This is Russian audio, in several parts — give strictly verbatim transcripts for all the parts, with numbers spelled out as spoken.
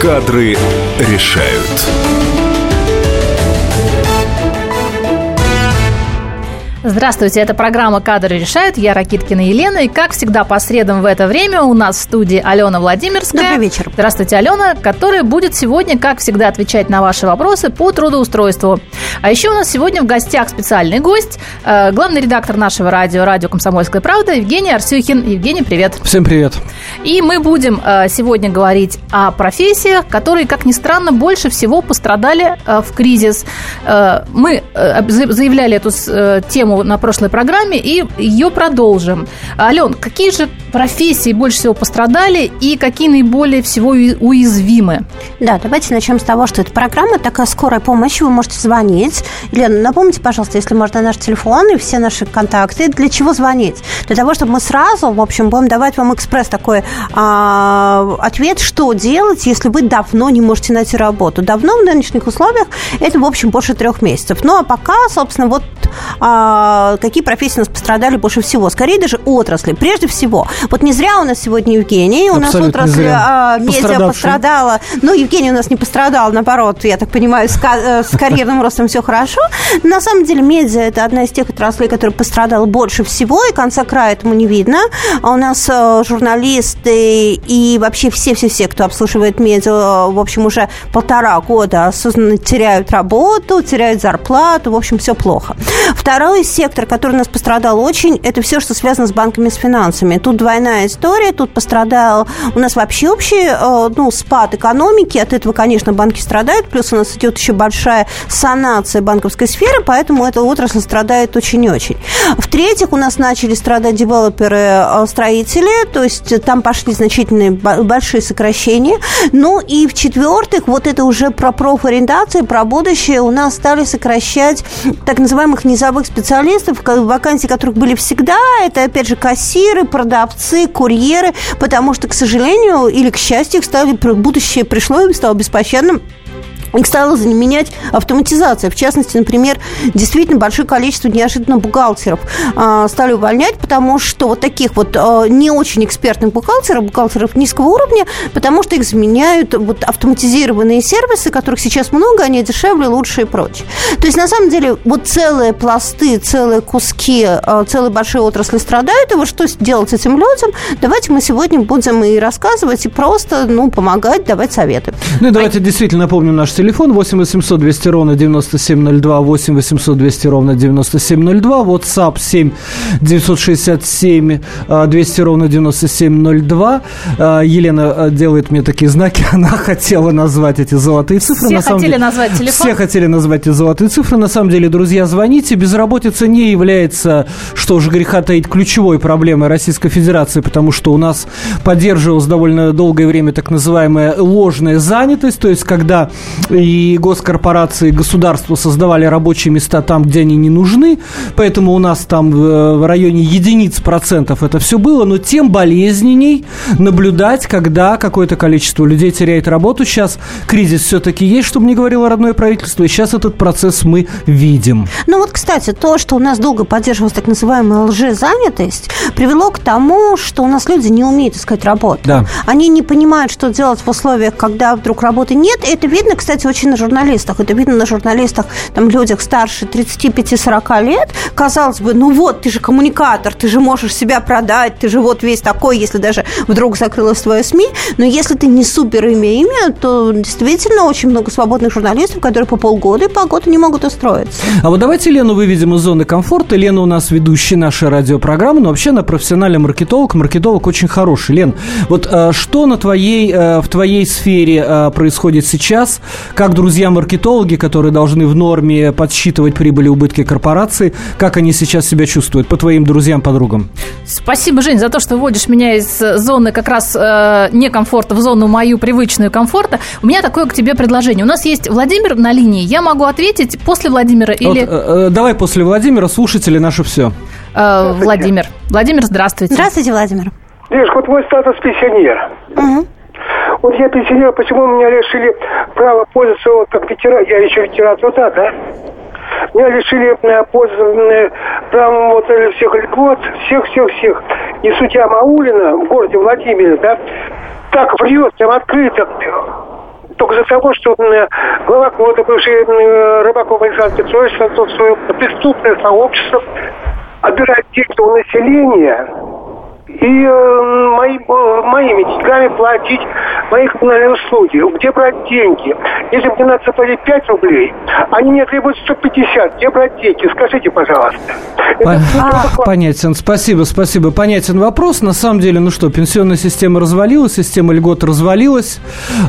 Кадры решают. Здравствуйте, это программа «Кадры решают». Я Ракиткина Елена. И, как всегда, по средам в это время у нас в студии Алена Владимирская. Добрый вечер. Здравствуйте, Алена, которая будет сегодня, как всегда, отвечать на ваши вопросы по трудоустройству. А еще у нас сегодня в гостях специальный гость, главный редактор нашего радио, радио «Комсомольская правда», Евгений Арсюхин. Евгений, привет. Всем привет. И мы будем сегодня говорить о профессиях, которые, как ни странно, больше всего пострадали в кризис. Мы заявляли эту тему на прошлой программе и ее продолжим. Ален, какие же профессии больше всего пострадали и какие наиболее всего уязвимы? Да, давайте начнем с того, что это программа такая скорая помощь, вы можете звонить. Елена, напомните, пожалуйста, если можно, наш телефон и все наши контакты. Для чего звонить? Для того, чтобы мы сразу, в общем, будем давать вам экспресс такой а, ответ, что делать, если вы давно не можете найти работу. Давно в нынешних условиях это, в общем, больше трех месяцев. Ну, а пока, собственно, вот а, какие профессии у нас пострадали больше всего? Скорее даже отрасли. Прежде всего, вот не зря у нас сегодня Евгений, у Абсолютно нас отрасль а, медиа пострадала. Ну, Евгений у нас не пострадал, наоборот, я так понимаю, с, с карьерным ростом все хорошо. На самом деле, медиа – это одна из тех отраслей, которая пострадала больше всего, и конца края этому не видно. А у нас а, журналисты и вообще все-все-все, кто обслуживает медиа, в общем, уже полтора года осознанно теряют работу, теряют зарплату, в общем, все плохо. Второй сектор, который у нас пострадал очень, это все, что связано с банками, с финансами. Тут двойная история, тут пострадал у нас вообще общий ну, спад экономики, от этого, конечно, банки страдают, плюс у нас идет еще большая санация банковской сферы, поэтому эта отрасль страдает очень и очень. В-третьих, у нас начали страдать девелоперы, строители, то есть там пошли значительные большие сокращения. Ну и в-четвертых, вот это уже про профориентацию, про будущее, у нас стали сокращать так называемых низовых специалистов, вакансии которых были всегда, это, опять же, кассиры, продавцы, курьеры, потому что, к сожалению, или к счастью, их стали, будущее пришло и стало беспощадным. Их стала заменять автоматизация. В частности, например, действительно большое количество неожиданно бухгалтеров э, стали увольнять, потому что вот таких вот э, не очень экспертных бухгалтеров, бухгалтеров низкого уровня, потому что их заменяют вот автоматизированные сервисы, которых сейчас много, они дешевле, лучше и прочее. То есть, на самом деле, вот целые пласты, целые куски, э, целые большие отрасли страдают, и вот что делать с этим людям, давайте мы сегодня будем и рассказывать, и просто, ну, помогать, давать советы. Ну и давайте а... действительно напомним наш телефон восемь восемьсот двести ровно девяносто семь ноль два, восемь восемьсот двести ровно девяносто семь ноль два, WhatsApp семь девятьсот шестьдесят семь двести ровно девяносто семь ноль два. Елена делает мне такие знаки, она хотела назвать эти золотые цифры. Все на самом хотели деле, назвать телефон. Все хотели назвать эти золотые цифры. На самом деле, друзья, звоните. Безработица не является, что уж греха таить, ключевой проблемой Российской Федерации, потому что у нас поддерживалась довольно долгое время так называемая ложная занятость, то есть когда и госкорпорации, и государство создавали рабочие места там, где они не нужны, поэтому у нас там в районе единиц процентов это все было, но тем болезненней наблюдать, когда какое-то количество людей теряет работу. Сейчас кризис все-таки есть, чтобы не говорило родное правительство, и сейчас этот процесс мы видим. Ну вот, кстати, то, что у нас долго поддерживалась так называемая лжезанятость, привело к тому, что у нас люди не умеют искать работу. Да. Они не понимают, что делать в условиях, когда вдруг работы нет. Это видно, кстати, очень на журналистах. Это видно на журналистах, там, людях старше тридцать пять сорок лет. Казалось бы, ну вот, ты же коммуникатор, ты же можешь себя продать, ты же вот весь такой, если даже вдруг закрылось твое СМИ. Но если ты не супер имя имя, то действительно очень много свободных журналистов, которые по полгода и полгода не могут устроиться. А вот давайте Лену выведем из зоны комфорта. Лена у нас ведущая нашей радиопрограммы, но вообще она профессиональный маркетолог. Маркетолог очень хороший. Лен, вот что на твоей, в твоей сфере происходит сейчас? Как друзья-маркетологи, которые должны в норме подсчитывать прибыли и убытки корпорации, как они сейчас себя чувствуют по твоим друзьям-подругам? Спасибо, Жень, за то, что вводишь меня из зоны как раз э, некомфорта в зону мою привычную комфорта. У меня такое к тебе предложение. У нас есть Владимир на линии. Я могу ответить после Владимира или... Вот, э, давай после Владимира, слушатели наши все. Э, Владимир. Владимир, здравствуйте. Здравствуйте, Владимир. Видишь, вот мой статус пенсионер. Угу. Вот я пенсионер, почему меня лишили права пользоваться, вот как ветеран, я еще ветеран труда, да? Меня лишили пользоваться правом вот всех льгот, всех-всех-всех. И судья Маулина в городе Владимире, да, так врет, прям открыто. только из-за того, что глава КОДа, бывший Рыбаков Александр Петрович, создал свое преступное сообщество, отбирать деньги у населения и э, мои, э, моими деньгами платить мои коммунальные услуги. Где брать деньги? Если мне надо заплатить пять рублей, они мне требуют сто пятьдесят. Где брать деньги? Скажите, пожалуйста. По- а, понятен. Спасибо, спасибо. Понятен вопрос. На самом деле, ну что, пенсионная система развалилась, система льгот развалилась.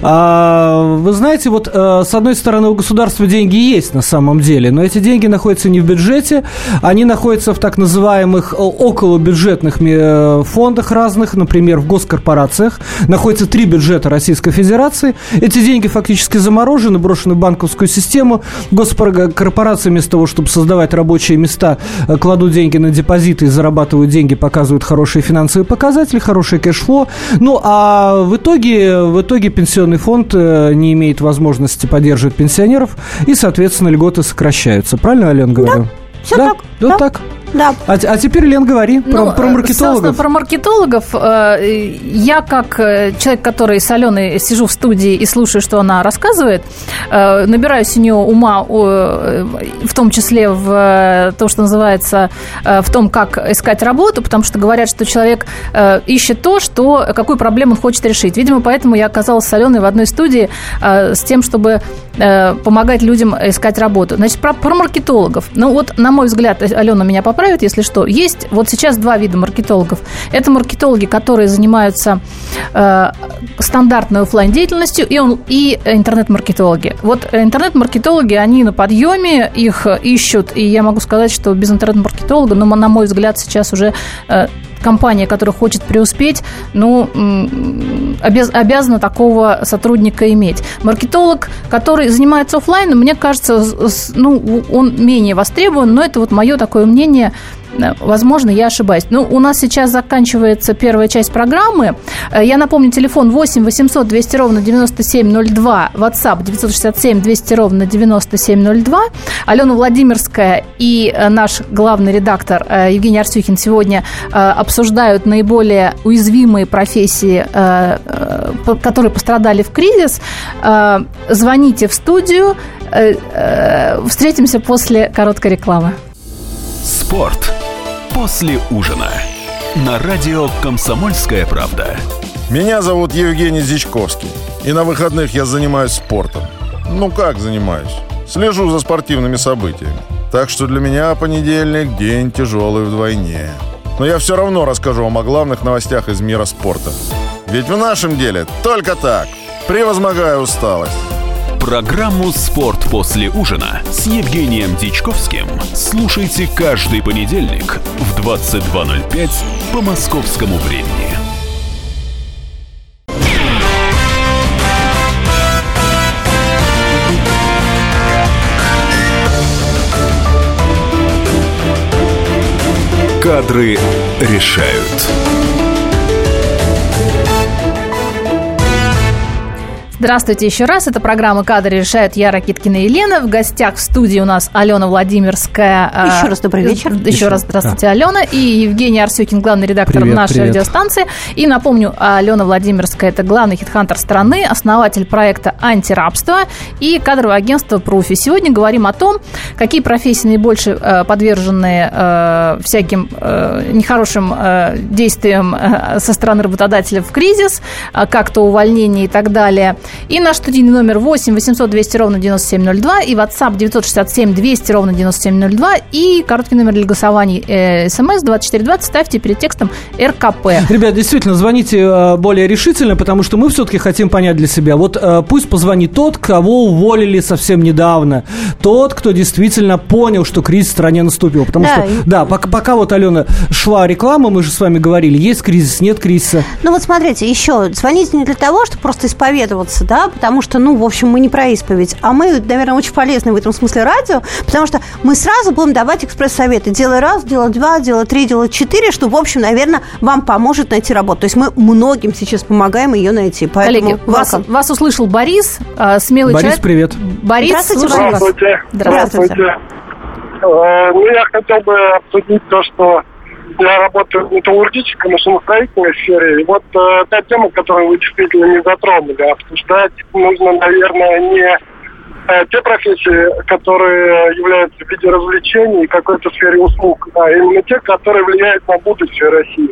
А, вы знаете, вот а, с одной стороны, у государства деньги есть на самом деле, но эти деньги находятся не в бюджете, они находятся в так называемых околобюджетных фондах разных, например, в госкорпорациях. Находится три бюджета Российской Федерации. Эти деньги фактически заморожены, брошены в банковскую систему. Госкорпорации вместо того, чтобы создавать рабочие места, кладут деньги на депозиты и зарабатывают деньги, показывают хорошие финансовые показатели, хорошее кэшфлоу. Ну, а в итоге, в итоге пенсионный фонд не имеет возможности поддерживать пенсионеров, и, соответственно, льготы сокращаются. Правильно, Алена, говорю? Да, все да? так. Да, да. так. Да. А, а теперь, Лен, говори про, ну, про маркетологов. Про маркетологов. Я, как человек, который с Аленой сижу в студии и слушаю, что она рассказывает, набираюсь у нее ума, в том числе в том, что называется, в том, как искать работу, потому что говорят, что человек ищет то, что, какую проблему он хочет решить. Видимо, поэтому я оказалась с Аленой в одной студии с тем, чтобы помогать людям искать работу. Значит, про, про маркетологов. Ну, вот, на мой взгляд, Алена меня поправит, если что. Есть вот сейчас два вида маркетологов. Это маркетологи, которые занимаются э, стандартной офлайн-деятельностью, и, он, и интернет-маркетологи. Вот интернет-маркетологи, они на подъеме, их ищут, и я могу сказать, что без интернет-маркетолога, ну, на мой взгляд, сейчас уже... Э, компания, которая хочет преуспеть, ну, обяз, обязана такого сотрудника иметь. Маркетолог, который занимается офлайном, мне кажется, ну, он менее востребован, но это вот мое такое мнение. Возможно, я ошибаюсь. Ну, у нас сейчас заканчивается первая часть программы. Я напомню, телефон восемь восемьсот двести ровно девяносто семь ноль два, WhatsApp девятьсот шестьдесят семь двести ровно девяносто семь ноль два. Алена Владимирская и наш главный редактор Евгений Арсюхин сегодня обсуждают наиболее уязвимые профессии, которые пострадали в кризис. Звоните в студию. Встретимся после короткой рекламы. Спорт после ужина на радио «Комсомольская правда». Меня зовут Евгений Зичковский, и на выходных я занимаюсь спортом. Ну как занимаюсь? Слежу за спортивными событиями. Так что для меня понедельник – день тяжелый вдвойне. Но я все равно расскажу вам о главных новостях из мира спорта. Ведь в нашем деле только так, превозмогая усталость. Программу «Спорт после ужина» с Евгением Дичковским слушайте каждый понедельник в двадцать два ноль пять по московскому времени. Кадры решают. Здравствуйте еще раз. Это программа «Кадры решают». Я, Ракиткина Елена. В гостях в студии у нас Алена Владимирская. Еще раз добрый вечер. Еще, еще раз здравствуйте, да. Алена. И Евгений Арсюхин, главный редактор привет, нашей привет. радиостанции. И напомню, Алена Владимирская – это главный хедхантер страны, основатель проекта «Антирабство» и кадровое агентство «Пруфи». Сегодня говорим о том, какие профессии наибольше э, подвержены э, всяким э, нехорошим э, действиям э, со стороны работодателя в кризис, э, как-то увольнение и так далее. И наш студийный номер восемь восемьсот двести ровно девяносто семь ноль два, и WhatsApp девятьсот шестьдесят семь двести ровно девяносто семь ноль два, и короткий номер для голосований э, СМС двадцать четыре двадцать, ставьте перед текстом эр ка пэ. Ребят, действительно, звоните э, более решительно, потому что мы все-таки хотим понять для себя. Вот э, пусть позвонит тот, кого уволили совсем недавно, тот, кто действительно понял, что кризис в стране наступил. Потому да. что, да, пока, пока вот, Алена, шла реклама, мы же с вами говорили, есть кризис, нет кризиса. Ну вот смотрите, еще, звоните не для того, чтобы просто исповедоваться, да, потому что, ну, в общем, мы не про исповедь, а мы, наверное, очень полезны в этом смысле радио, потому что мы сразу будем давать экспресс-советы. Делай раз, делай два, делай три, делай четыре, что, в общем, наверное, вам поможет найти работу. То есть мы многим сейчас помогаем ее найти. Поэтому коллеги, вас, вас услышал Борис, смелый Борис, человек. привет. Борис, здравствуйте, здравствуйте. Здравствуйте. Здравствуйте. Ну, я хотел бы обсудить то, что я работаю в металлургической, машиностроительной сфере. И вот э, та тема, которую вы действительно не затронули, обсуждать нужно, наверное, не э, те профессии, которые являются в виде развлечений и какой-то сфере услуг, а именно те, которые влияют на будущее России.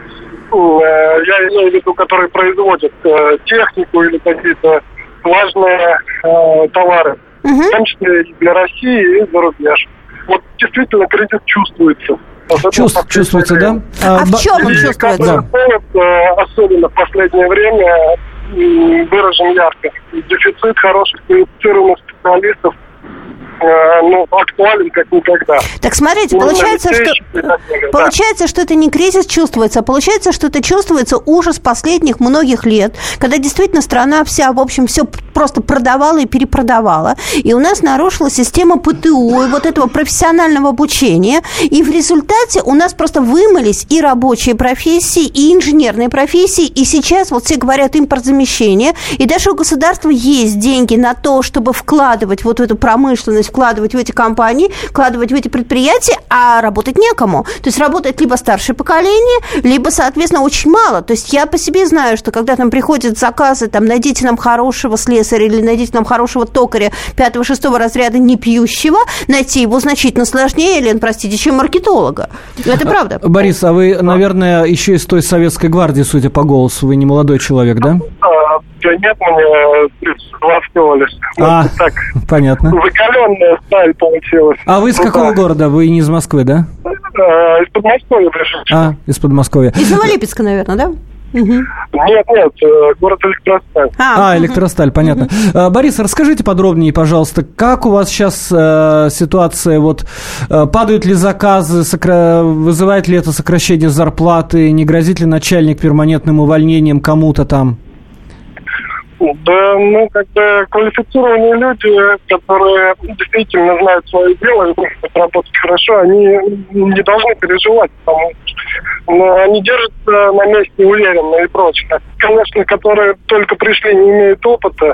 Э, я имею в виду, которые производят э, технику или какие-то важные э, товары, угу. в том числе и для России, и за рубеж. Вот действительно кризис чувствуется. Чувств, чувствуется, да? А, а в чем он чувствуется? Да. Особенно в последнее время выражен ярко. Дефицит хороших квалифицированных специалистов ну, актуален как никогда. Так смотрите, ну, получается, что, получается, да. что это не кризис чувствуется, а получается, что это чувствуется ужас последних многих лет, когда действительно страна вся, в общем, все просто продавала и перепродавала. И у нас нарушилась система ПТУ и вот этого профессионального обучения. И в результате у нас просто вымылись и рабочие профессии, и инженерные профессии. И сейчас вот все говорят импортзамещение. И даже у государства есть деньги на то, чтобы вкладывать вот в эту промышленность, вкладывать в эти компании, вкладывать в эти предприятия, а работать некому. То есть работает либо старшее поколение, либо, соответственно, очень мало. То есть я по себе знаю, что когда там приходят заказы, там, найдите нам хорошего слесаря или найдите нам хорошего токаря пятого-шестого разряда не пьющего, найти его значительно сложнее, Лен, простите, чем маркетолога. Это правда. Борис, а вы, наверное, еще из той советской гвардии, судя по голосу, вы не молодой человек, да? Да нет, мне тридцать два всего лишь. А, так, понятно. Закаленная сталь получилась. А вы из ну, какого да. города? Вы не из Москвы, да? А, из Подмосковья пришел. А, из Подмосковья. Из Новолипецка, наверное, да? Угу. Нет, нет, город Электросталь. А, а Электросталь, понятно. Угу. Борис, расскажите подробнее, пожалуйста, как у вас сейчас э, ситуация, вот, э, падают ли заказы, сокра... вызывает ли это сокращение зарплаты, не грозит ли начальник перманентным увольнением кому-то там? Да, ну, как бы квалифицированные люди, которые действительно знают свое дело и могут работать хорошо, они не должны переживать, потому что ну, они держатся на месте уверенно и прочее. Конечно, которые только пришли, не имеют опыта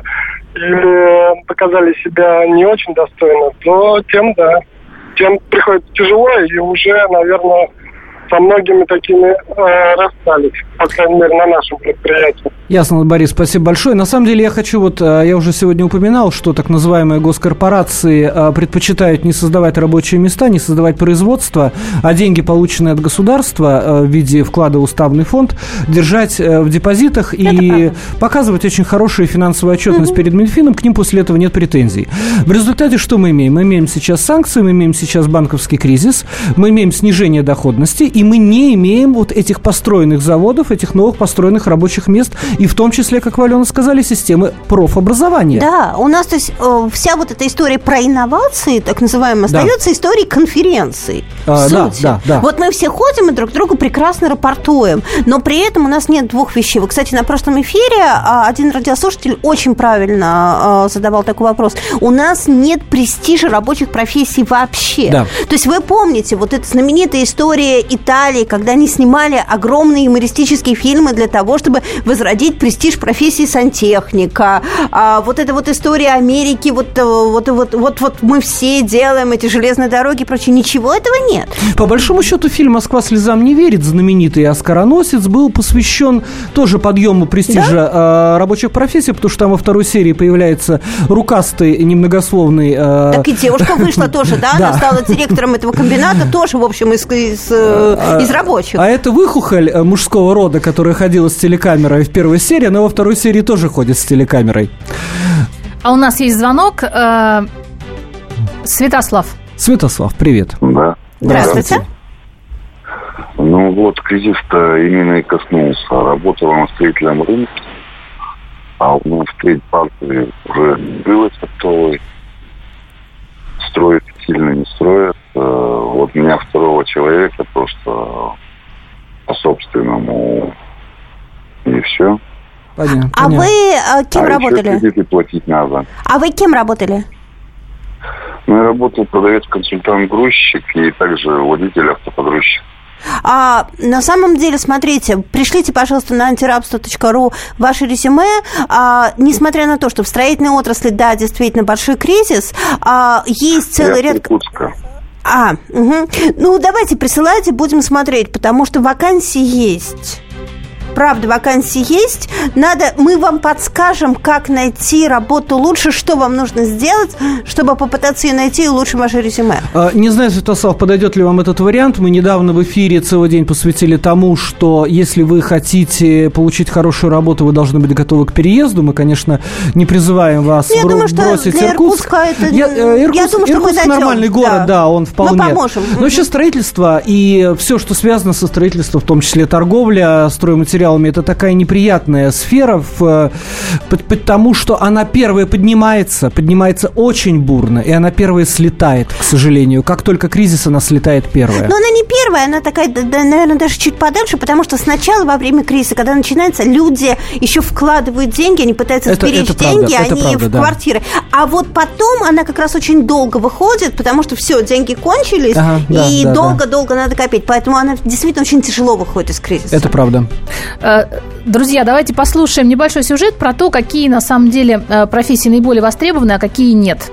или показали себя не очень достойно, то тем, да, тем приходится тяжело и уже, наверное, со многими такими э, расстались, по крайней мере, на нашем предприятии. Ясно, Борис, спасибо большое. На самом деле я хочу, вот я уже сегодня упоминал, что так называемые госкорпорации предпочитают не создавать рабочие места, не создавать производство, а деньги, полученные от государства в виде вклада в уставный фонд, держать в депозитах и показывать очень хорошую финансовую отчетность угу. перед Минфином, к ним после этого нет претензий. В результате что мы имеем? Мы имеем сейчас санкции, мы имеем сейчас банковский кризис, мы имеем снижение доходности, и мы не имеем вот этих построенных заводов, этих новых построенных рабочих мест, и в том числе, как вы, Алена, сказали, системы профобразования. Да, у нас то есть вся вот эта история про инновации, так называемая, да. остается историей конференций. А, да, да, да. Вот мы все ходим и друг другу прекрасно рапортуем, но при этом у нас нет двух вещей. Вы, кстати, на прошлом эфире один радиослушатель очень правильно задавал такой вопрос. У нас нет престижа рабочих профессий вообще. Да. То есть вы помните вот эта знаменитая история Италии, когда они снимали огромные юмористические фильмы для того, чтобы возродить престиж профессии сантехника. А вот эта вот история Америки, вот, вот, вот, вот, вот мы все делаем эти железные дороги и прочее. Ничего этого нет. По большому счету, фильм «Москва слезам не верит», знаменитый «Оскароносец», был посвящен тоже подъему престижа да? рабочих профессий, потому что там во второй серии появляется рукастый, немногословный... Так и девушка вышла тоже, да? Она стала директором этого комбината, тоже, в общем, из, из, из рабочих. А это выхухоль мужского рода, которая ходила с телекамерой в первой серии, но во второй серии тоже ходит с телекамерой. А у нас есть звонок. Святослав. Святослав, привет. Да. Здравствуйте. Ну вот, кризис-то именно и коснулся. Работала на строительном рынке, а у нас треть партии уже было готовой. Строят сильно не строят. Вот меня второго человека просто по собственному и все. Понятно, а понятно. Вы кем а работали? Еще кредиты платить надо. А вы кем работали? Ну, я работал продавец-консультант-грузчик и также водитель-автопогрузчик. А, на самом деле, смотрите, пришлите, пожалуйста, на антирабство точка ру ваше резюме. А, несмотря на то, что в строительной отрасли, да, действительно большой кризис, а, есть целый я ряд... Иркутска. А, угу. Ну, давайте присылайте, будем смотреть, потому что вакансии есть. Правда, вакансии есть. Надо, мы вам подскажем, как найти работу лучше, что вам нужно сделать, чтобы попытаться ее найти и улучшить ваше резюме. Не знаю, Святослав, подойдет ли вам этот вариант. Мы недавно в эфире целый день посвятили тому, что если вы хотите получить хорошую работу, вы должны быть готовы к переезду. Мы, конечно, не призываем вас я бро- думаю, что бросить для Иркутск. Иркутска это... Я, Иркутск, я думаю, что Иркутск мы нормальный найдем. город, да, да он вполне. Мы поможем. Но вообще строительство и все, что связано со строительством, в том числе торговля стройматериалами, это такая неприятная сфера, в, потому что она первая поднимается, поднимается очень бурно, и она первая слетает, к сожалению. Как только кризис, она слетает первая. Но она не первая, она такая, да, наверное, даже чуть подальше, потому что сначала, во время кризиса, когда начинается, люди еще вкладывают деньги, они пытаются это, сберечь это деньги, правда, они правда, в да. квартиры. А вот потом она как раз очень долго выходит, потому что все, деньги кончились, ага, да, и да, долго-долго да. надо копить. Поэтому она действительно очень тяжело выходит из кризиса. Это правда. Друзья, давайте послушаем небольшой сюжет про то, какие на самом деле профессии наиболее востребованы, а какие нет.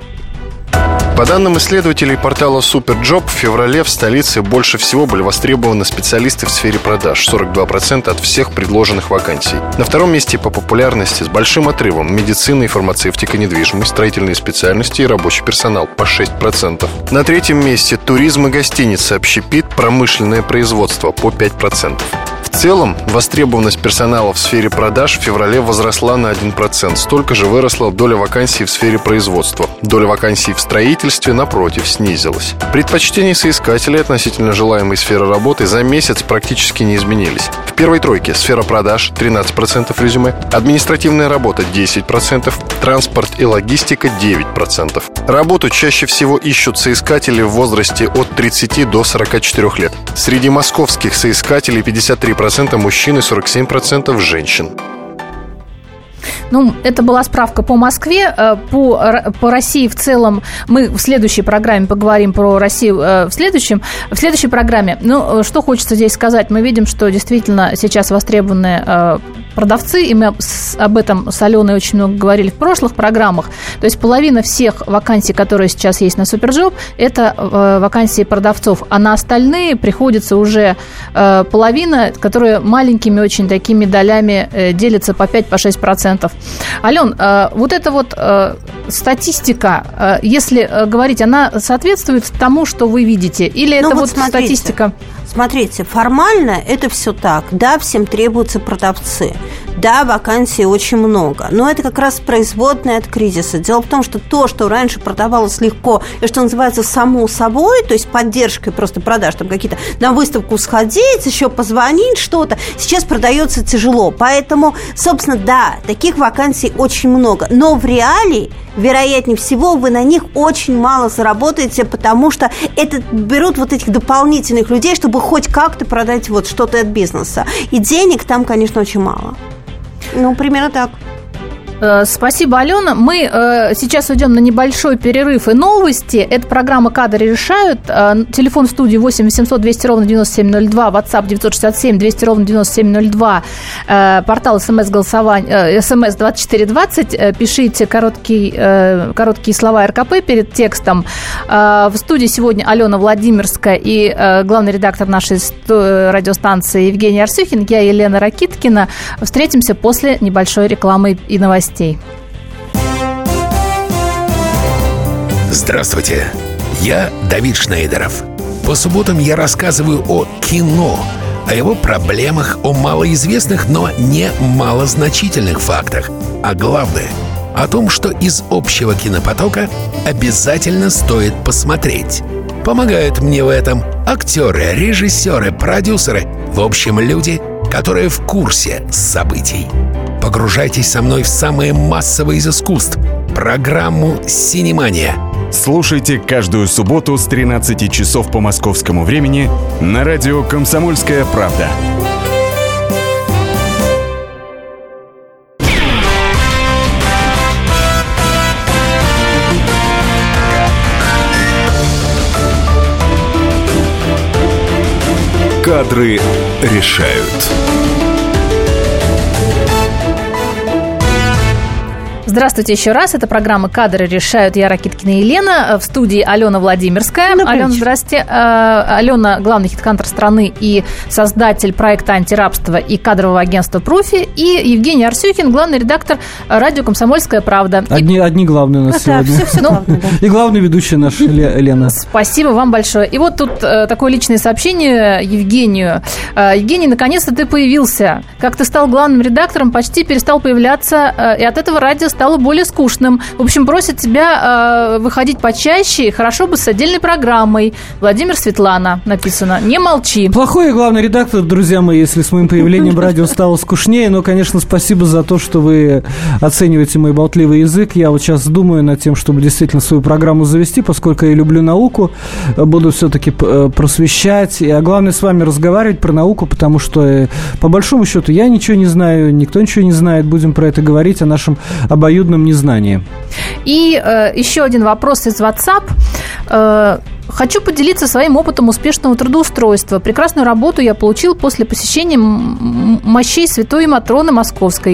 По данным исследователей портала SuperJob, в феврале в столице больше всего были востребованы специалисты в сфере продаж – сорок два процента от всех предложенных вакансий. На втором месте по популярности с большим отрывом медицина и фармацевтика, недвижимость, строительные специальности и рабочий персонал – по шесть процентов. На третьем месте туризм и гостиницы, общепит, промышленное производство – по пять процентов. В целом, востребованность персонала в сфере продаж в феврале возросла на один процент. Столько же выросла доля вакансий в сфере производства. Доля вакансий в строительстве, напротив, снизилась. Предпочтения соискателей относительно желаемой сферы работы за месяц практически не изменились. В первой тройке сфера продаж – тринадцать процентов резюме, административная работа – десять процентов, транспорт и логистика – девять процентов. Работу чаще всего ищут соискатели в возрасте от тридцати до сорока четырёх лет. Среди московских соискателей пятьдесят три процента мужчин и сорок семь процентов женщин. Ну, это была справка по Москве. По, по России в целом мы в следующей программе поговорим про Россию в следующем, в следующей программе. Ну, что хочется здесь сказать. Мы видим, что действительно сейчас востребованы продавцы, и мы об этом с Аленой очень много говорили в прошлых программах. То есть половина всех вакансий, которые сейчас есть на SuperJob, это вакансии продавцов, а на остальные приходится уже половина, которые маленькими очень такими долями делятся по пять-шесть процентов. Ален, вот эта вот статистика, если говорить, она соответствует тому, что вы видите? Или это ну, вот, вот смотрите, статистика? Смотрите, формально это все так. Да, всем требуются продавцы. Да, вакансий очень много. Но это как раз производная от кризиса. Дело в том, что то, что раньше продавалось легко, и что называется само собой, то есть поддержкой просто продаж, там какие-то на выставку сходить, еще позвонить, что-то, сейчас продается тяжело. Поэтому, собственно, да, таких вакансий очень много. Но в реалии, вероятнее всего, вы на них очень мало заработаете, потому что это берут вот этих дополнительных людей, чтобы хоть как-то продать вот что-то от бизнеса. И денег там, конечно, очень мало. Ну, примерно так. Спасибо, Алена. Мы э, сейчас уйдем на небольшой перерыв и новости. Это программа «Кадры решают». Э, телефон в студии восемь восемьсот двести ровно девяносто семь ноль два, WhatsApp девятьсот шестьдесят семь двести ровно девяносто семь ноль два, э, портал смс-голосования, э, смс двадцать четыре двадцать. Э, пишите короткий, э, короткие слова РКП перед текстом. Э, в студии сегодня Алена Владимирская и э, главный редактор нашей сто- радиостанции Евгений Арсюхин. Я Елена Ракиткина. Встретимся после небольшой рекламы и новостей. Здравствуйте, я Давид Шнейдеров. По субботам я рассказываю о кино, о его проблемах, о малоизвестных, но не малозначительных фактах. А главное, о том, что из общего кинопотока обязательно стоит посмотреть. Помогают мне в этом актеры, режиссеры, продюсеры, в общем, люди, которые в курсе событий. Погружайтесь со мной в самое массовое из искусств – программу «Синемания». Слушайте каждую субботу с тринадцати часов по московскому времени на радио «Комсомольская правда». Кадры решают. Здравствуйте еще раз. Это программа «Кадры решают». Я Ракиткина Елена. В студии Алена Владимирская. Добрый Алена, вечер. здрасте. Алена – главный хит-кантор страны и создатель проекта «Антирабство» и кадрового агентства «Профи». И Евгений Арсюхин – главный редактор радио «Комсомольская правда». Одни, и... одни главные у нас да, сегодня. Все, все ну, главное, да. И главный ведущий наш Лена. Спасибо вам большое. И вот тут э, такое личное сообщение Евгению. Э, Евгений, наконец-то ты появился. Как ты стал главным редактором, почти перестал появляться, э, и от этого радио стало более скучным. В общем, просит тебя э, выходить почаще, хорошо бы с отдельной программой. Владимир Светлана написано. Не молчи. Плохой главный редактор, друзья мои, если с моим появлением радио стало скучнее. Но, конечно, спасибо за то, что вы оцениваете мой болтливый язык. Я вот сейчас думаю над тем, чтобы действительно свою программу завести, поскольку я люблю науку, буду все-таки просвещать, а главное с вами разговаривать про науку, потому что, по большому счету, я ничего не знаю, никто ничего не знает, будем про это говорить, о нашем обоюдном незнании. И э, еще один вопрос из WhatsApp. Э, Хочу поделиться своим опытом успешного трудоустройства. Прекрасную работу я получил после посещения мощей Святой Матроны Московской.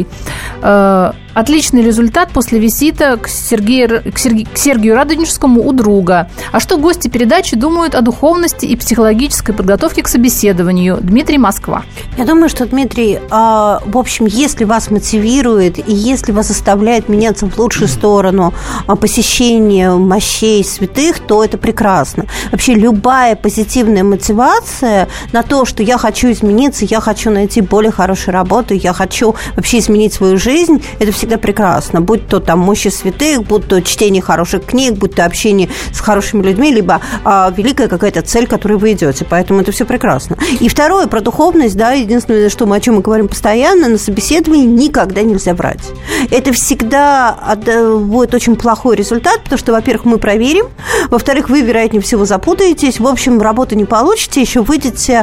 Отличный результат после визита к Сергею, к Сергею, к Сергию Радонежскому у друга. А что гости передачи думают о духовности и психологической подготовке к собеседованию? Дмитрий, Москва. Я думаю, что, Дмитрий, в общем, если вас мотивирует и если вас заставляет меняться в лучшую сторону посещение мощей святых, то это прекрасно. Вообще любая позитивная мотивация на то, что я хочу измениться, я хочу найти более хорошую работу, я хочу вообще изменить свою жизнь, это всегда прекрасно. Будь то там мощи святых, будь то чтение хороших книг, будь то общение с хорошими людьми, либо а, великая какая-то цель, к которой вы идете. Поэтому это все прекрасно. И второе, про духовность, да, единственное, что мы, о чем мы говорим постоянно, на собеседовании никогда нельзя врать. Это всегда будет очень плохой результат, потому что, во-первых, мы проверим, во-вторых, вы, вероятнее всего, запутаетесь, в общем, работу не получите, еще выйдете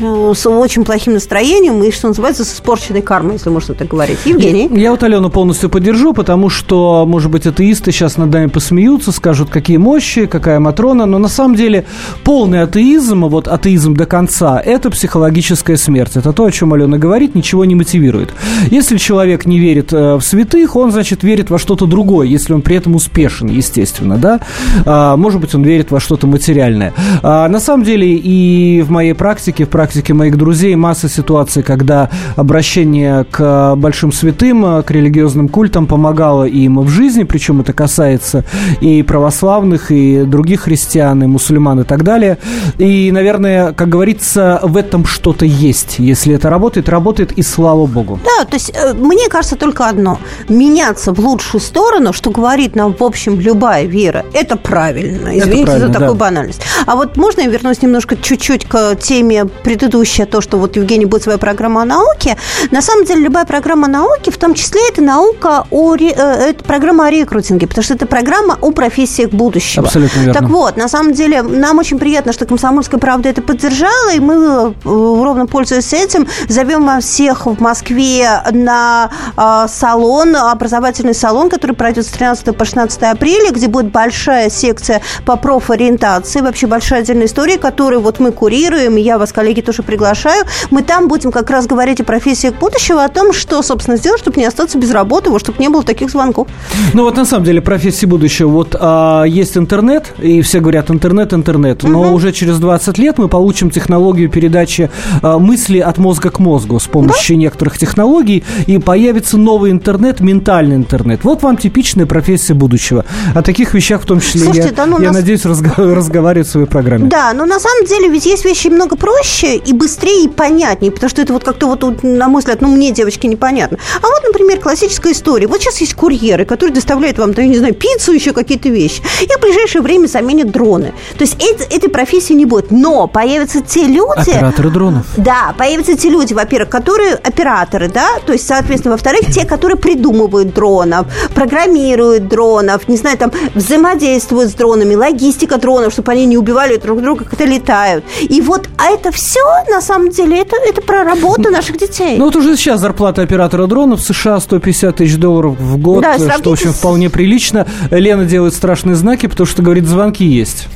с очень плохим настроением и, что называется, с испорченной кармой, если можно так говорить. Евгений? Я вот Алену полностью поддержу, потому что, может быть, атеисты сейчас над нами посмеются, скажут, какие мощи, какая Матрона, но на самом деле полный атеизм, вот атеизм до конца, это психологическая смерть. Это то, о чем Алена говорит, ничего не мотивирует. Если человек не верит в святых, он, значит, верит во что-то другое, если он при этом успешен, естественно, да? А, может быть, он верит во что-то материальное. А, на самом деле, и в моей практике, в практике моих друзей масса ситуаций, когда обращение к большим святым, к религиозным культам помогало им в жизни, причем это касается и православных, и других христиан, и мусульман, и так далее. И, наверное, как говорится, в этом что-то есть. Если это работает, работает, и слава богу. Да, то есть, мне кажется только одно. Меняться в лучшую сторону, что говорит нам, в общем, любая вера, это правильно. Извините это правильно, за такую да. банальность. А вот можно я вернусь немножко чуть-чуть к теме предыдущей, то, что вот Евгений будет своя программа о науке. На самом деле, любая программа о науке, в том числе это наука о, это программа о рекрутинге, потому что это программа о профессиях будущего. Абсолютно верно. Так вот, на самом деле, нам очень приятно, что «Комсомольская правда» это поддержала, и мы, ровно пользуясь этим, зовем вас всех в Москве на э, салон, образовательный салон, который пройдет с тринадцатого по шестнадцатое апреля, где будет большая секция по профориентации, вообще большая отдельная история, которую вот мы курируем, и я вас, коллеги, тоже приглашаю. Мы там будем как раз говорить о профессиях будущего, о том, что, собственно, сделать, чтобы не остаться без работы, вот, чтобы не было таких звонков. Ну вот на самом деле профессии будущего. Вот а, есть интернет, и все говорят интернет, интернет, но угу. уже через двадцать лет мы получим технологию передачи а, мысли от мозга к мозгу с помощью да? некоторых технологий, и появится новый интернет, ментальный интернет. Вот вам типичная профессия будущего. О таких вещах в том числе Слушайте, я, да, ну, я нас... надеюсь, разго- разговаривать в своей программе. Да, но на самом деле ведь есть вещи много проще и быстрее, и понятнее, потому что это вот как-то вот, на мой взгляд, ну, мне, девочки, непонятно. А вот, например, классическая история. Вот сейчас есть курьеры, которые доставляют вам, я не знаю, пиццу, еще какие-то вещи. И в ближайшее время заменят дроны. То есть это, этой профессии не будет. Но появятся те люди... Операторы дронов. Да, появятся те люди, во-первых, которые операторы, да, то есть, соответственно, во-вторых, те, которые придумывают дронов, программируют дронов, не знаю, там, взаимодействуют с дронами, логистика дронов, чтобы они не убивали друг друга, как-то летают. И вот, а это все, на самом деле, это, это про работу наших детей. Ну, вот уже сейчас зарплата оператора дронов в США сто пятьдесят тысяч долларов в год, да, что, в общем, вполне прилично. Лена делает страшные знаки, потому что, говорит, звонки есть.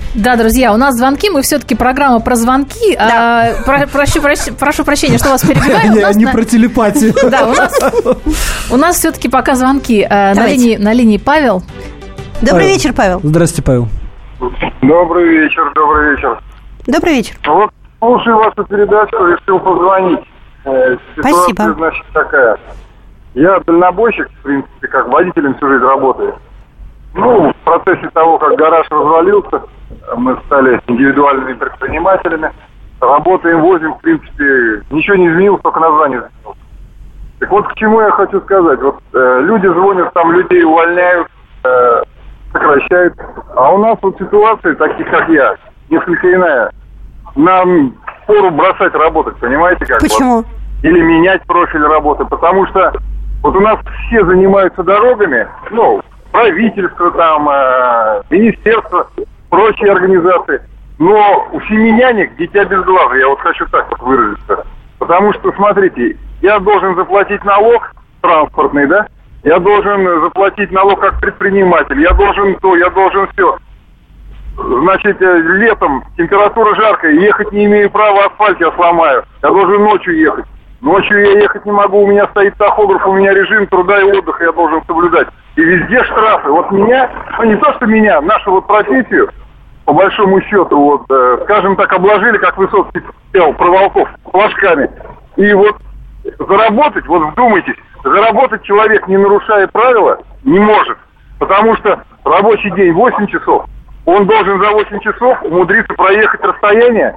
Да, друзья, у нас звонки, мы все-таки программа про звонки. Да. А, про, прошу, прошу, прошу прощения, что вас перебиваю. Не, не на... про телепатию. Да, у нас, у нас все-таки пока звонки. На линии, на линии Павел. Добрый Павел. вечер, Павел. Здравствуйте, Павел. Добрый вечер, добрый вечер. Добрый вечер. Вот слушаю вашу передачу, решил позвонить. Ситуация, Спасибо. Значит, такая. Я дальнобойщик, в принципе, как водителем всю жизнь работаю. Ну, в процессе того, как гараж развалился, мы стали индивидуальными предпринимателями. Работаем, возим, в принципе, ничего не изменилось, только название изменилось. Так вот, к чему я хочу сказать. Вот э, люди звонят, там людей увольняют, э, сокращают. А у нас вот ситуация, таких как я, несколько иная. Нам впору бросать работать, понимаете как? Почему? Вот. Или менять профиль работы. Потому что вот у нас все занимаются дорогами, ну, правительство там, э, министерство, прочие организации. Но у семи нянек дитя без глаза, я вот хочу так вот выразиться. Потому что, смотрите, я должен заплатить налог транспортный, да? Я должен заплатить налог как предприниматель, я должен то, я должен все. Значит, летом температура жаркая, ехать не имею права, асфальт я сломаю. Я должен ночью ехать. Ночью я ехать не могу, у меня стоит тахограф, у меня режим труда и отдыха я должен соблюдать. И везде штрафы. Вот меня, ну не то что меня, нашу вот профессию, по большому счету, вот, э, скажем так, обложили, как Высоцкий пел про волков, флажками. И вот заработать, вот вдумайтесь, заработать человек, не нарушая правила, не может. Потому что рабочий день восемь часов, он должен за восемь часов умудриться проехать расстояние,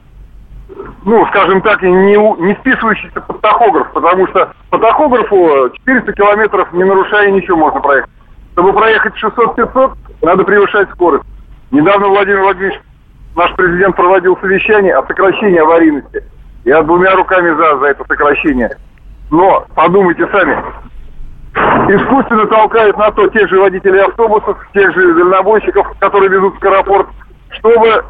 ну, скажем так, не, не вписывающийся под тахограф, потому что по тахографу четыреста километров, не нарушая ничего, можно проехать. Чтобы проехать шестьсот-пятьсот, надо превышать скорость. Недавно Владимир Владимирович, наш президент, проводил совещание о сокращении аварийности. Я двумя руками за, за это сокращение. Но, подумайте сами, искусственно толкают на то тех же водителей автобусов, тех же дальнобойщиков, которые везут в скоропорт, чтобы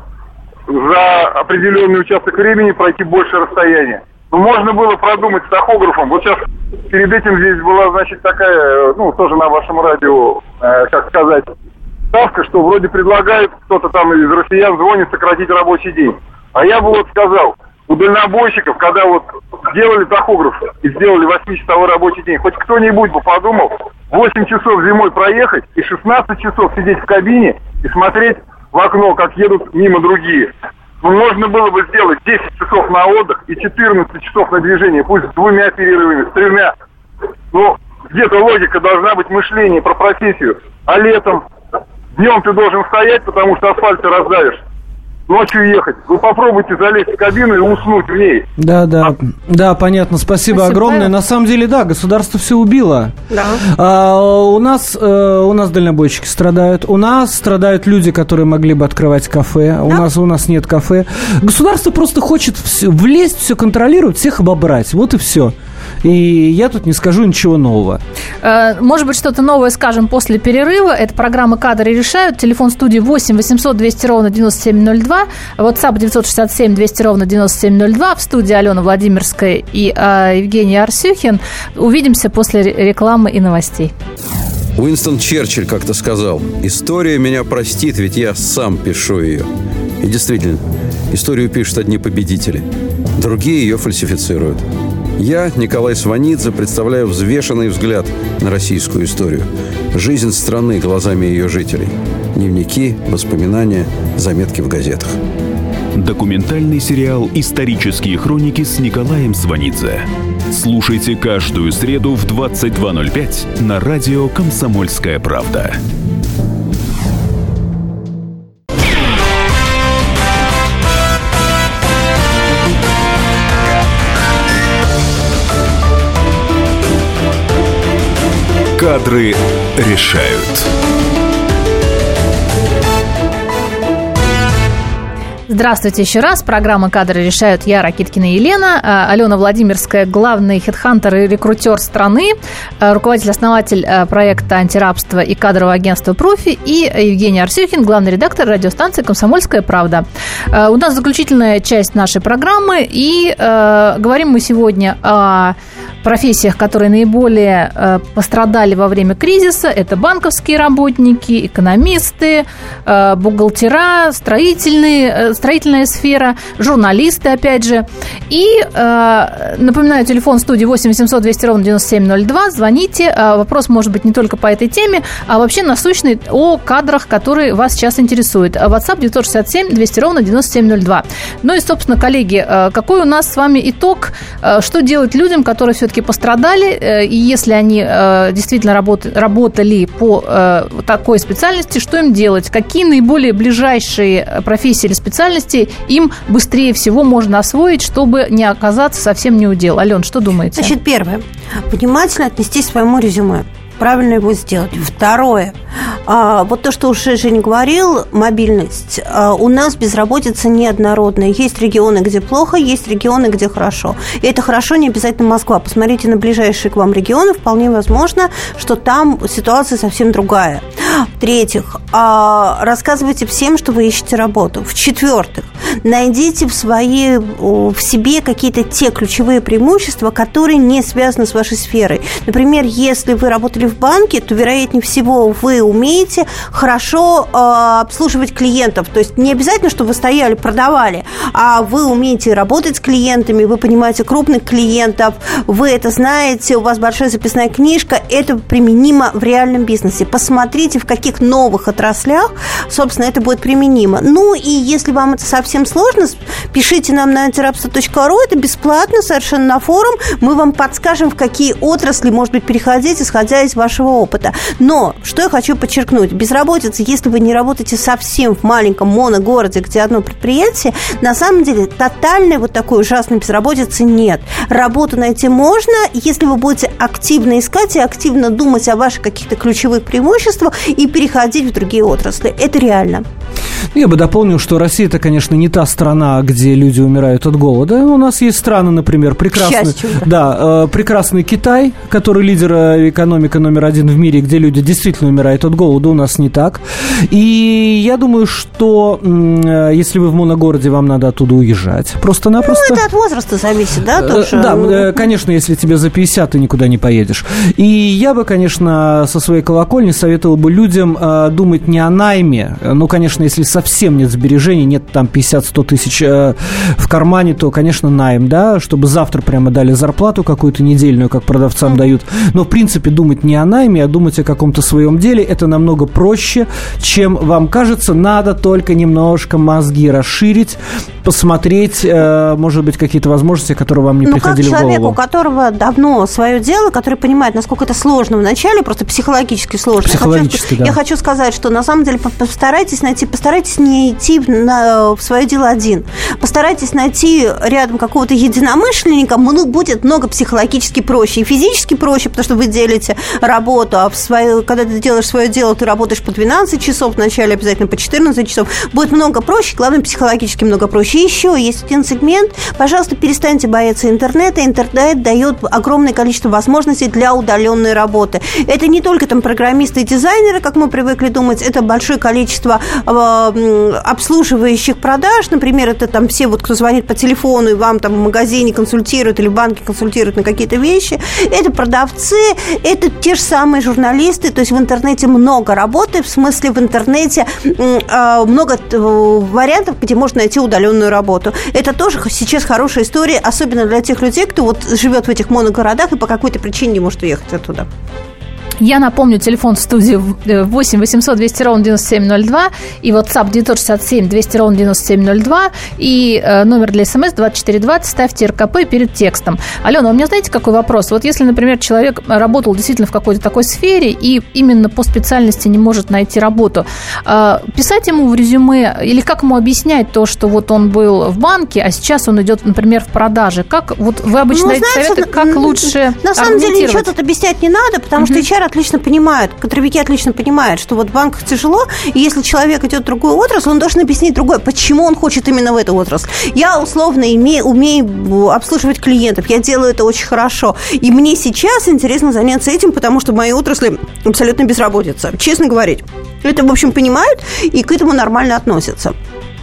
за определенный участок времени пройти больше расстояния. Ну, можно было продумать с тахографом. Вот сейчас перед этим здесь была, значит, такая, ну, тоже на вашем радио, э, как сказать, ставка, что вроде предлагают, кто-то там из россиян звонит, сократить рабочий день. А я бы вот сказал, у дальнобойщиков, когда вот сделали тахограф и сделали восьмичасовой рабочий день, хоть кто-нибудь бы подумал, восемь часов зимой проехать и шестнадцать часов сидеть в кабине и смотреть в окно, как едут мимо другие. Ну, можно было бы сделать десять часов на отдых и четырнадцать часов на движение, пусть с двумя перерывами, с тремя. Ну, где-то логика должна быть, мышление про профессию. А летом, днем ты должен стоять, потому что асфальт ты раздавишь. Ночью ехать. Вы попробуйте залезть в кабину и уснуть в ней. Да, да, а... да, понятно. Спасибо, Спасибо огромное. Павел. На самом деле, да, государство все убило. Да. А, у нас, э, у нас дальнобойщики страдают. У нас страдают люди, которые могли бы открывать кафе. Да. У нас, у нас нет кафе. Государство просто хочет все, влезть, все контролировать, всех обобрать. Вот и все. И я тут не скажу ничего нового. Может быть, что-то новое скажем после перерыва. Это программа «Кадры решают». Телефон студии восемь восемьсот двести ровно девяносто семь ноль два. WhatsApp девятьсот шестьдесят семь двести ровно девяносто семь ноль два. В студии Алена Владимирская и а, Евгений Арсюхин. Увидимся после рекламы и новостей. Уинстон Черчилль как-то сказал: «История меня простит, ведь я сам пишу ее». И действительно, историю пишут одни победители. Другие ее фальсифицируют. Я, Николай Сванидзе, представляю взвешенный взгляд на российскую историю. Жизнь страны глазами ее жителей. Дневники, воспоминания, заметки в газетах. Документальный сериал «Исторические хроники» с Николаем Сванидзе. Слушайте каждую среду в двадцать два ноль пять на радио «Комсомольская правда». Кадры решают. Здравствуйте еще раз. Программа «Кадры решают». Я, Ракиткина Елена. Алена Владимирская, главный хедхантер и рекрутер страны, руководитель-основатель проекта антирабства и кадрового агентства «Профи», и Евгений Арсюхин, главный редактор радиостанции «Комсомольская правда». У нас заключительная часть нашей программы, и э, говорим мы сегодня о профессиях, которые наиболее э, пострадали во время кризиса. Это банковские работники, экономисты, э, бухгалтера, строительные, э, строительная сфера, журналисты, опять же. И э, напоминаю, телефон студии восемь восемьсот двести ровно девяносто семь ноль два. Звоните. Э, вопрос может быть не только по этой теме, а вообще насущный о кадрах, которые вас сейчас интересуют. WhatsApp девятьсот шестьдесят семь двести ровно девяносто семь ноль два. Ну и, собственно, коллеги, э, какой у нас с вами итог? Э, что делать людям, которые все-таки пострадали, э, и если они э, действительно работ, работали по э, такой специальности, что им делать? Какие наиболее ближайшие профессии или специальности им быстрее всего можно освоить, чтобы не оказаться совсем не у дел? Ален, что думаете? Значит, первое. Внимательно отнестись к своему резюме. Правильно его сделать. Второе. А, вот то, что уже Женя говорил, мобильность. А, у нас безработица неоднородная. Есть регионы, где плохо, есть регионы, где хорошо. И это хорошо не обязательно Москва. Посмотрите на ближайшие к вам регионы. Вполне возможно, что там ситуация совсем другая. В-третьих, а, рассказывайте всем, что вы ищете работу. В-четвертых, найдите в, своей, в себе какие-то те ключевые преимущества, которые не связаны с вашей сферой. Например, если вы работали в банке, то, вероятнее всего, вы умеете хорошо э, обслуживать клиентов. То есть не обязательно, чтобы вы стояли, продавали, а вы умеете работать с клиентами, вы понимаете крупных клиентов, вы это знаете, у вас большая записная книжка, это применимо в реальном бизнесе. Посмотрите, в каких новых отраслях, собственно, это будет применимо. Ну, и если вам это совсем сложно, пишите нам на антирабство точка ру, это бесплатно, совершенно на форум, мы вам подскажем, в какие отрасли, может быть, переходить, исходя из вашего опыта. Но, что я хочу подчеркнуть, безработица, если вы не работаете совсем в маленьком моногороде, где одно предприятие, на самом деле тотальной вот такой ужасной безработицы нет. Работу найти можно, если вы будете активно искать и активно думать о ваших каких-то ключевых преимуществах и переходить в другие отрасли. Это реально. Я бы дополнил, что Россия – это, конечно, не та страна, где люди умирают от голода. У нас есть страны, например, прекрасный, да, э, прекрасный Китай, который лидер экономика номер один в мире, где люди действительно умирают от голода. У нас не так. И я думаю, что э, если вы в моногороде, вам надо оттуда уезжать. Просто-напросто. Ну, это от возраста зависит, да? Тоже? Да, э, конечно, если тебе за пятьдесят, ты никуда не поедешь. И я бы, конечно, со своей колокольни советовал бы людям э, думать не о найме. Ну, конечно, если совсем нет сбережений, нет там пятьдесят-сто тысяч э, в кармане, то, конечно, найм, да, чтобы завтра прямо дали зарплату какую-то недельную, как продавцам mm. дают. Но, в принципе, думать не о найме, а думать о каком-то своем деле, это намного проще, чем вам кажется. Надо только немножко мозги расширить, посмотреть, э, может быть, какие-то возможности, которые вам не ну, приходили в голову. Ну, как человек, у которого давно свое дело, который понимает, насколько это сложно вначале, просто психологически сложно. Психологически, я хочу, да. Я хочу сказать, что на самом деле постарайтесь найти, постарайтесь не идти на, в свое дело один. Постарайтесь найти рядом какого-то единомышленника, ну, будет много психологически проще. И физически проще, потому что вы делите работу, а в свое, когда ты делаешь свое дело, ты работаешь по двенадцать часов, вначале обязательно по четырнадцать часов. Будет много проще, главное, психологически много проще. И еще есть один сегмент. Пожалуйста, перестаньте бояться интернета. Интернет дает огромное количество возможностей для удаленной работы. Это не только там программисты и дизайнеры, как мы привыкли думать, это большое количество э, обслуживающих продаж. Например, это там все, вот, кто звонит по телефону и вам там в магазине консультируют или в банке консультируют на какие-то вещи. Это продавцы, это те же самые журналисты. То есть в интернете много работы, в смысле в интернете э, много вариантов, где можно найти удаленную работу. Это тоже сейчас хорошая история, особенно для тех людей, кто вот живет в этих моногородах и по какой-то причине не может уехать оттуда. Я напомню, телефон в студии восемь восемьсот двести ровно девяносто семь ноль два и WhatsApp девятьсот шестьдесят семь двести ровно девяносто семь ноль два и э, номер для СМС двадцать четыре двадцать. Ставьте РКП перед текстом. Алена, у меня, знаете, какой вопрос? Вот если, например, человек работал действительно в какой-то такой сфере и именно по специальности не может найти работу, э, писать ему в резюме или как ему объяснять то, что вот он был в банке, а сейчас он идет, например, в продаже? Как вот вы обычно ну, даете знаете, советы, как лучше на самом деле ничего тут объяснять не надо, потому mm-hmm. что эйч ар отлично понимают, кадровики отлично понимают, что вот в банках тяжело, и если человек идет в другую отрасль, он должен объяснить другое, почему он хочет именно в эту отрасль. Я условно имею, умею обслуживать клиентов, я делаю это очень хорошо, и мне сейчас интересно заняться этим, потому что в моей отрасли абсолютно безработица. Честно говорить, это, в общем, понимают и к этому нормально относятся.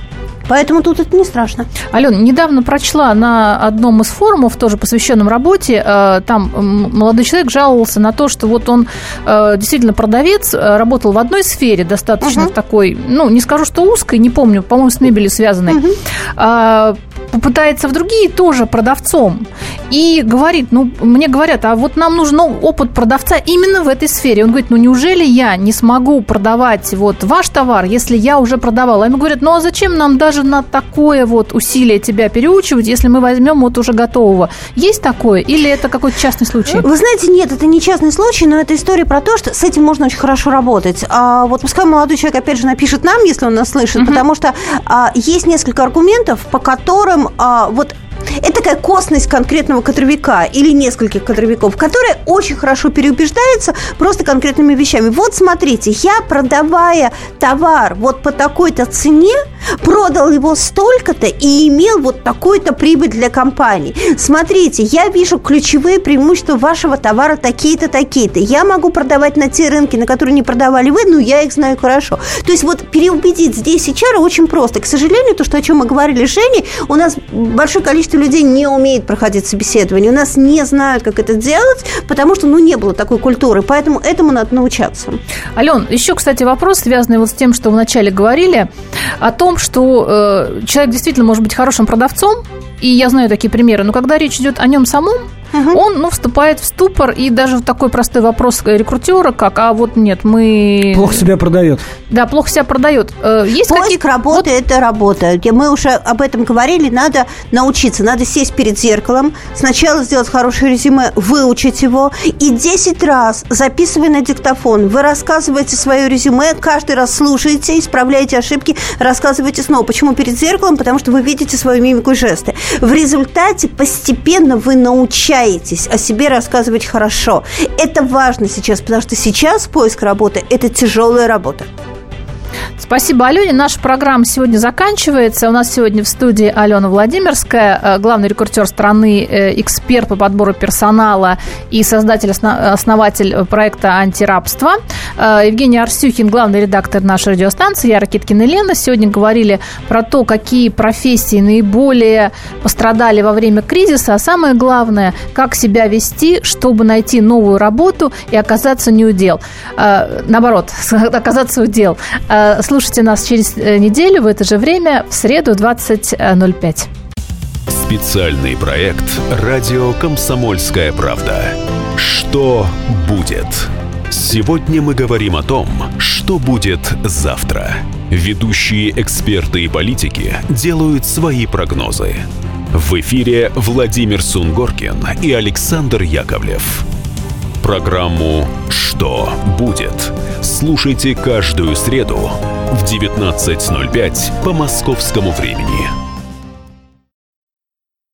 Поэтому тут это не страшно. Ален, недавно прочла на одном из форумов, тоже посвященном работе, там молодой человек жаловался на то, что вот он действительно продавец, работал в одной сфере, достаточно uh-huh. такой, ну, не скажу, что узкой, не помню, по-моему, с мебелью связанной, uh-huh. попытается в другие тоже продавцом и говорит, ну, мне говорят, а вот нам нужен опыт продавца именно в этой сфере. Он говорит, ну, неужели я не смогу продавать вот ваш товар, если я уже продавала? Ему говорят, ну, а зачем нам даже на такое вот усилие тебя переучивать, если мы возьмем вот уже готового? Есть такое или это какой-то частный случай? Вы знаете, нет, это не частный случай, но это история про то, что с этим можно очень хорошо работать. А вот пускай молодой человек, опять же, напишет нам, если он нас слышит, uh-huh. потому что а, есть несколько аргументов, по которым а, вот это такая косность конкретного кадровика или нескольких кадровиков, которые очень хорошо переубеждаются просто конкретными вещами. Вот смотрите, я, продавая товар вот по такой-то цене, продал его столько-то и имел вот такую-то прибыль для компании. Смотрите, я вижу ключевые преимущества вашего товара такие-то, такие-то. Я могу продавать на те рынки, на которые не продавали вы, но я их знаю хорошо. То есть вот переубедить здесь эйч ар очень просто. К сожалению, то, что, о чем мы говорили с Женей, у нас большое количество людей не умеет проходить собеседование. У нас не знают, как это делать, потому что, ну, не было такой культуры. Поэтому этому надо научаться. Ален, еще, кстати, вопрос, связанный вот с тем, что вначале говорили, о том, что э, человек действительно может быть хорошим продавцом, и я знаю такие примеры, но когда речь идет о нем самом, Uh-huh. он, ну, вступает в ступор, и даже в такой простой вопрос рекрутера, как, а вот нет, мы... Плохо себя продает. Да, плохо себя продает. Есть Поиск какие-то... работы вот... – это работа. Мы уже об этом говорили, надо научиться, надо сесть перед зеркалом, сначала сделать хорошее резюме, выучить его, и десять раз, записывая на диктофон, вы рассказываете свое резюме, каждый раз слушаете, исправляете ошибки, рассказываете снова. Почему перед зеркалом? Потому что вы видите свою мимику и жесты. В результате постепенно вы научаетесь о себе рассказывать хорошо. Это важно сейчас, потому что сейчас поиск работы – это тяжелая работа. Спасибо, Алене. Наша программа сегодня заканчивается. У нас сегодня в студии Алена Владимирская, главный рекрутер страны, эксперт по подбору персонала и создатель, основатель проекта «Антирабство». Евгений Арсюхин, главный редактор нашей радиостанции, я Ракиткина Елена. Сегодня говорили про то, какие профессии наиболее пострадали во время кризиса, а самое главное, как себя вести, чтобы найти новую работу и оказаться не у дел. Наоборот, оказаться у дел. Слушайте нас через неделю в это же время, в среду, двадцать ноль пять. Специальный проект «Радио Комсомольская правда». Что будет? Сегодня мы говорим о том, что будет завтра. Ведущие эксперты и политики делают свои прогнозы. В эфире Владимир Сунгоркин и Александр Яковлев. Программу «Что будет?» слушайте каждую среду в девятнадцать ноль пять по московскому времени.